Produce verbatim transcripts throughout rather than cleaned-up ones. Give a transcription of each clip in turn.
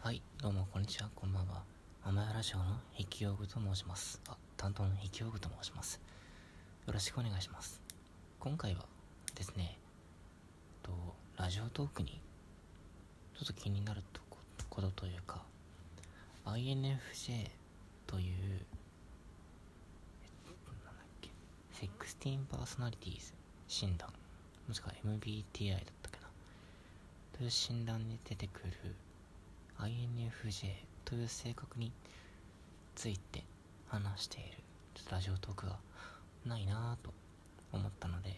はい、どうもこんにちは、こんばんは。アマヤラジオの筆記用具と申します。あ、担当の筆記用具と申します。よろしくお願いします。今回はですね、とラジオトークにちょっと気になるとこことというか、アイエヌエフジェー という、えなんだっけ、じゅうろくパーソナリティーズ診断、もしくは エムビーティーアイ だったっけな、という診断に出てくる アイエヌエフジェー という性格について話しているちょっとラジオトークがないなぁと思ったので、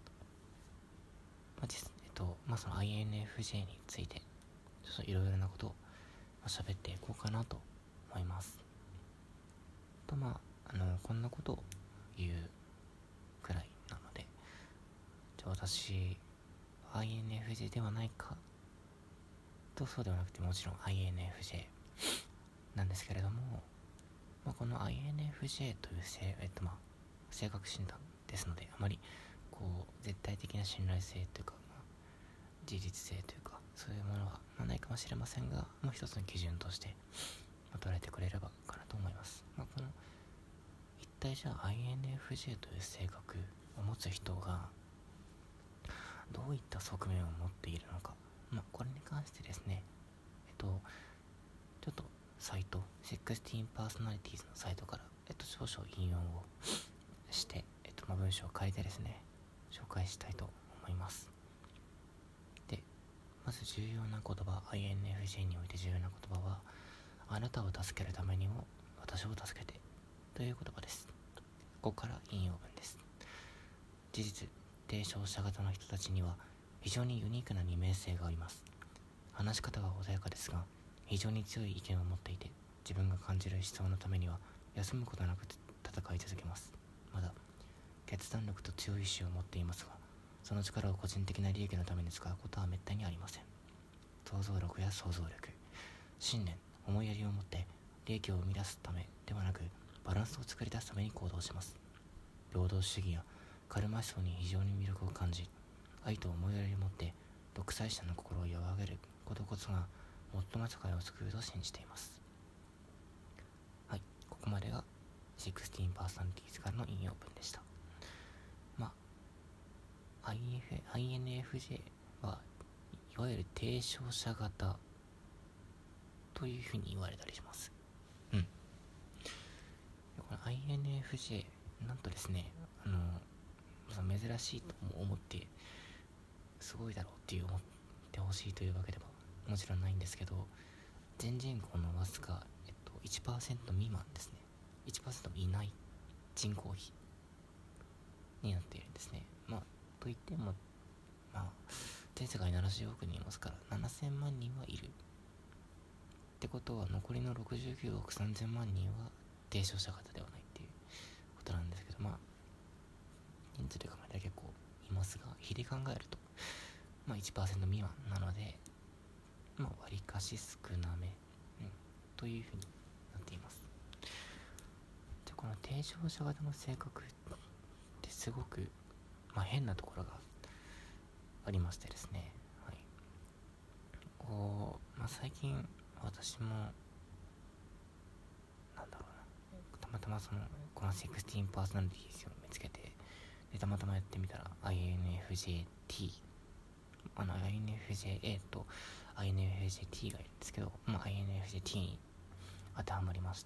まあ実えっとまあその アイエヌエフジェー についてちょっといろいろなことを喋っていこうかなと思います。とまああのこんなことを言うくらいなので、じゃあ私 アイエヌエフジェー ではないかと、そうではなくてもちろん アイエヌエフジェー なんですけれども、まあ、この アイエヌエフジェー という性、えっとまあ、性格診断ですので、あまりこう絶対的な信頼性というか、まあ、事実性というかそういうものは、まあ、ないかもしれませんが、もう一つの基準として、まあ、捉えてくれればかなと思います。まあ、この一体じゃあ アイエヌエフジェー という性格を持つ人がどういった側面を持っているのか、まあ、これに関してですね、えっとちょっとサイトじゅうろくパーソナリティーズのサイトから、えっと、少々引用をして、えっとまあ、文章を書いてですね紹介したいと思います。でまず重要な言葉、 アイエヌエフジェー において重要な言葉は、あなたを助けるためにも私を助けてという言葉です。ここから引用文です。事実、提唱者型の人たちには非常にユニークな二面性があります。話し方が穏やかですが、非常に強い意見を持っていて、自分が感じる思想のためには休むことなく戦い続けます。また決断力と強い意志を持っていますが、その力を個人的な利益のために使うことは滅多にありません。想像力や想像力、信念、思いやりを持って利益を生み出すためではなく、バランスを作り出すために行動します。平等主義やカルマ思想に非常に魅力を感じ、愛と思いやりを持って独裁者の心を和らげることこそが最も世界を救うと信じています。はい、ここまでがじゅうろくパーソナリティーズからの引用文でした。まあ アイエヌエフジェー はいわゆる提唱者型というふうに言われたりします。うん。この アイエヌエフジェー なんとですね、あの珍しいと思ってすごいだろうっていう思ってほしいというわけではもちろんないんですけど、全人口のわずか、えっと、いちパーセント未満ですね。いちパーセントもいない人口比になっているんですね。まあといっても、まあ全世界ななじゅうおくにんいますから、ななせんまんにんはいるってことは、残りのろくじゅうきゅうおくさんぜんまんにんは提唱者型ではないっていうことなんですけど、まあ人数で考えたら結構いますが、比で考えると、まあ、いちパーセント未満なので、まあ割かし少なめ、うん、というふうになっています。でこの提唱者型の性格ってすごく、まあ、変なところがありましてですね、はい、こう、まあ、最近私もなんだろうな、たまたまそのこのじゅうろくパーソナリティーズを見つけて、でたまたまやってみたら アイエヌエフジェーティー、 あの アイエヌエフジェーエー と アイエヌエフジェーティー がいるんですけど、まあ、アイエヌエフジェーティー に当てはまりまして、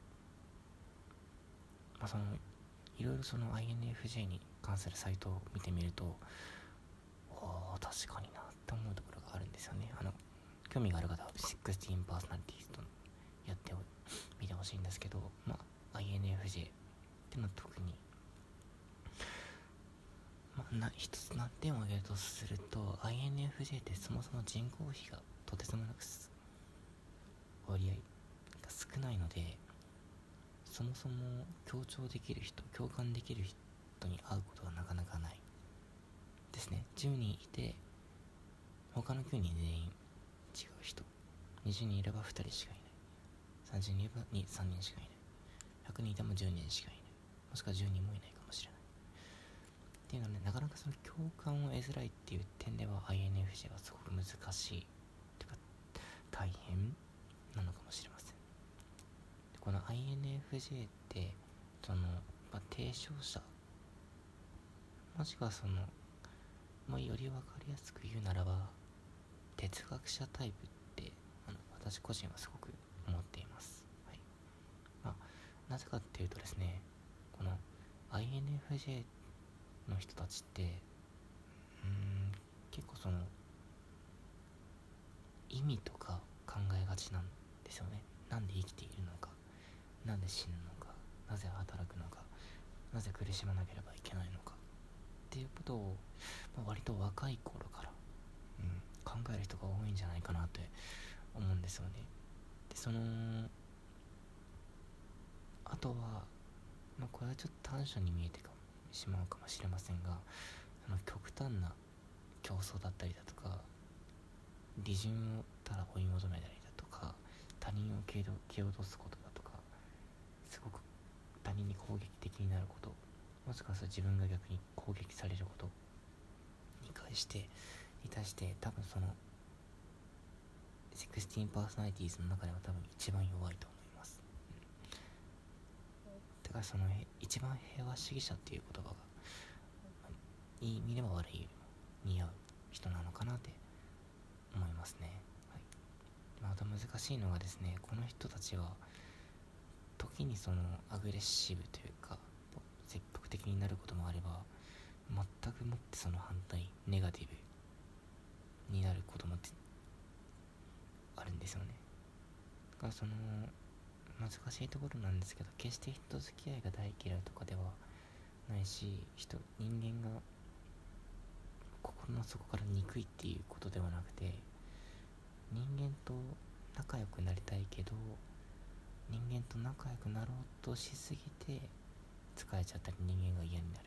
まあ、そのいろいろその アイエヌエフジェー に関するサイトを見てみると、おー確かになって思うところがあるんですよね。あの興味がある方はじゅうろくパーソナリティーズとやってみてほしいんですけど、まあ アイエヌエフジェー ってのは特に、まあ、な一つ難点を挙げるとすると、 アイエヌエフジェー ってそもそも人口比がとてつもなく割合が少ないので、そもそも協調できる人、共感できる人に会うことはなかなかないですね。じゅうにんいて他のきゅうにん全員違う人、にじゅうにんいればふたりしかいない、さんじゅうにんいればさんにんしかいない、ひゃくにんいてもじゅうにんしかいない、もしくはじゅうにんもいないかもしれないっていうので、なかなかその共感を得づらいっていう点では アイエヌエフジェー はすごく難しいというか大変なのかもしれません。この アイエヌエフジェー ってその、まあ、提唱者もしくはそのもうより分かりやすく言うならば哲学者タイプってあの私個人はすごく思っています、はい。まあ、なぜかっていうとですね、この アイエヌエフジェー の人たちってうーん結構その意味とか考えがちなんですよね。なんで生きているのか、なんで死ぬのか、なぜ働くのか、なぜ苦しまなければいけないのかっていうことを、まあ、割と若い頃から、うん、考える人が多いんじゃないかなって思うんですよね。でそのあとは、まあ、これはちょっと短所に見えてしまうかもしれませんが、その極端な競争だったりだとか、利潤をただ追い求めたりだとか、他人を蹴落とすことだとか、すごく他人に攻撃的になること、もしくは自分が逆に攻撃されることに対してに対して多分そのじゅうろくパーソナリティーズの中では多分一番弱いと思います。だからその一番平和主義者っていう言葉がいい意味でも悪い意味でも似合う人なのかなって思いますね、はい。また難しいのがですね、この人たちは時にそのアグレッシブというか積極的になることもあれば、全くもってその反対ネガティブになることもあるんですよね。だからその難しいところなんですけど、決して人付き合いが大嫌いとかではないし、人人間が心の底から憎いっていうことではなくて、人間と仲良くなりたいけど人間と仲良くなろうとしすぎて疲れちゃったり人間が嫌になる、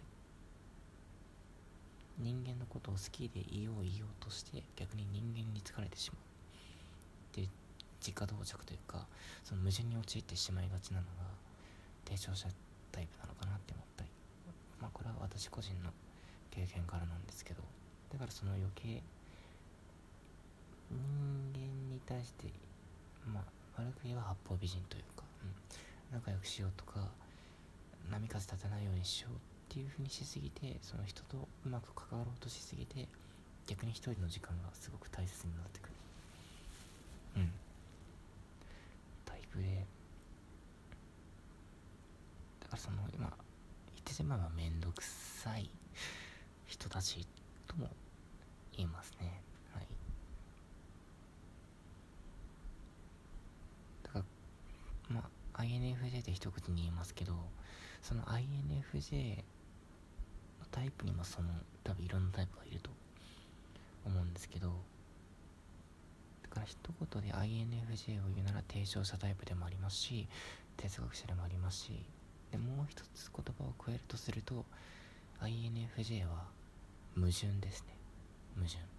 人間のことを好きでいよういようとして逆に人間に疲れてしまうっていう自家同着というか、その矛盾に陥ってしまいがちなのが提唱者タイプなのかなって思ったり、まあこれは私個人の経験からなんですけど、だからその余計人間に対してまあ悪く言えば八方美人というか、うん、仲良くしようとか波風立たないようにしようっていう風にしすぎて、その人とうまく関わろうとしすぎて逆に一人の時間がすごく大切になってくる、うん、タイプで、だからその今言ってしまえばめんどくさい人たちとも言えますね、はい。だからまあ アイエヌエフジェー って一口に言いますけど、その アイエヌエフジェー のタイプにもその多分いろんなタイプがいると思うんですけど、だから一言で アイエヌエフジェー を言うなら提唱者タイプでもありますし、哲学者でもありますし、でもう一つ言葉を加えるとすると アイエヌエフジェー は矛盾ですね。矛盾。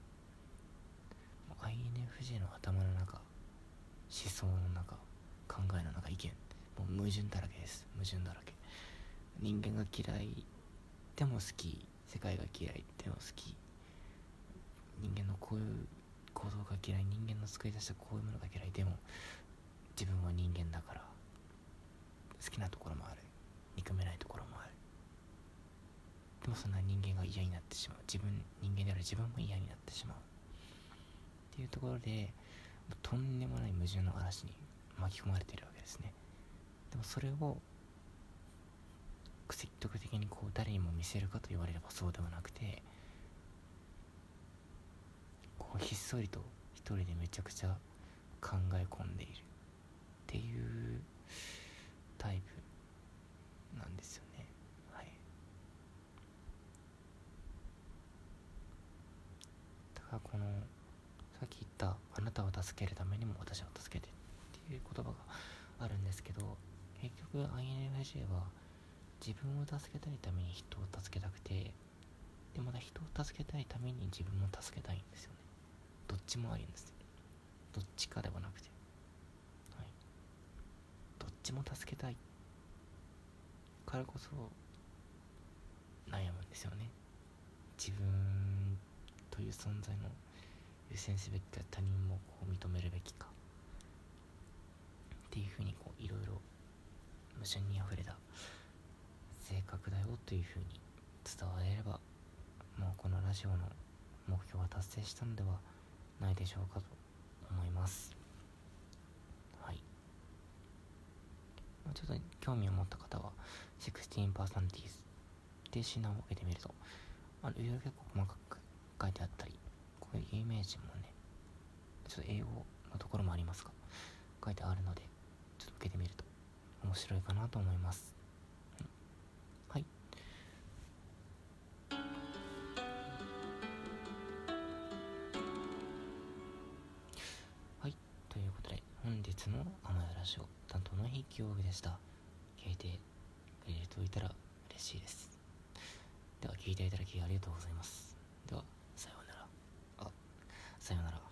アイエヌエフジェー の頭の中、思想の中、考えの中、意見、もう矛盾だらけです。矛盾だらけ。人間が嫌いでも好き、世界が嫌いでも好き、人間のこういう行動が嫌い、人間の作り出したこういうものが嫌い、でも自分は人間だから好きなところもある、憎めないところもある、でもそんな人間が嫌になってしまう、自分人間である自分も嫌になってしまうっていうところで、とんでもない矛盾の嵐に巻き込まれているわけですね。でもそれを積極的にこう誰にも見せるかと言われればそうではなくて、こうひっそりと一人でめちゃくちゃ考え込んでいるっていうタイプなんですよね、はい。だからこのさっき言ったあなたを助けるためにも私を助けてっていう言葉があるんですけど、結局 アイエヌエフジェー は自分を助けたいために人を助けたくて、でまた人を助けたいために自分も助けたいんですよね。どっちもあるんですよ。どっちかではなくて、はい、どっちも助けたいからこそ悩むんですよね。自分という存在の優先すべきか、他人もこう認めるべきか、 っていうふうにこういろいろ矛盾にあふれた性格だよというふうに伝われれば、もうこのラジオの目標は達成したのではないでしょうかと思います。はい。ちょっと興味を持った方はじゅうろくパーセンティーズっていう診断を受けてみると、あのいろいろ結構細かく書いてあったり、こういう有名人もね、ちょっと英語のところもありますが書いてあるので、ちょっと受けてみると面白いかなと思います。うん、はい。はい、ということで本日のあまやラジオ担当の筆記用具でした。聞いてくれる人いたら嬉しいです。では聞いていただきありがとうございます。ではさようなら。あ、さようなら。